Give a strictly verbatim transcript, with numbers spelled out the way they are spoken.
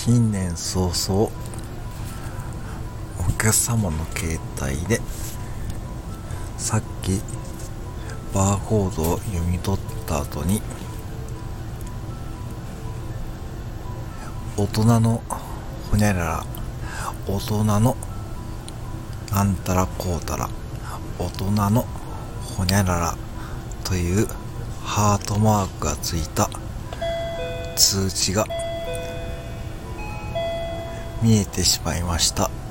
新年早々お客様の携帯でさっきバーコードを読み取った後に大人のほにゃらら、大人のなんたらこうたら、大人のほにゃららというハートマークがついた通知が見えてしまいました。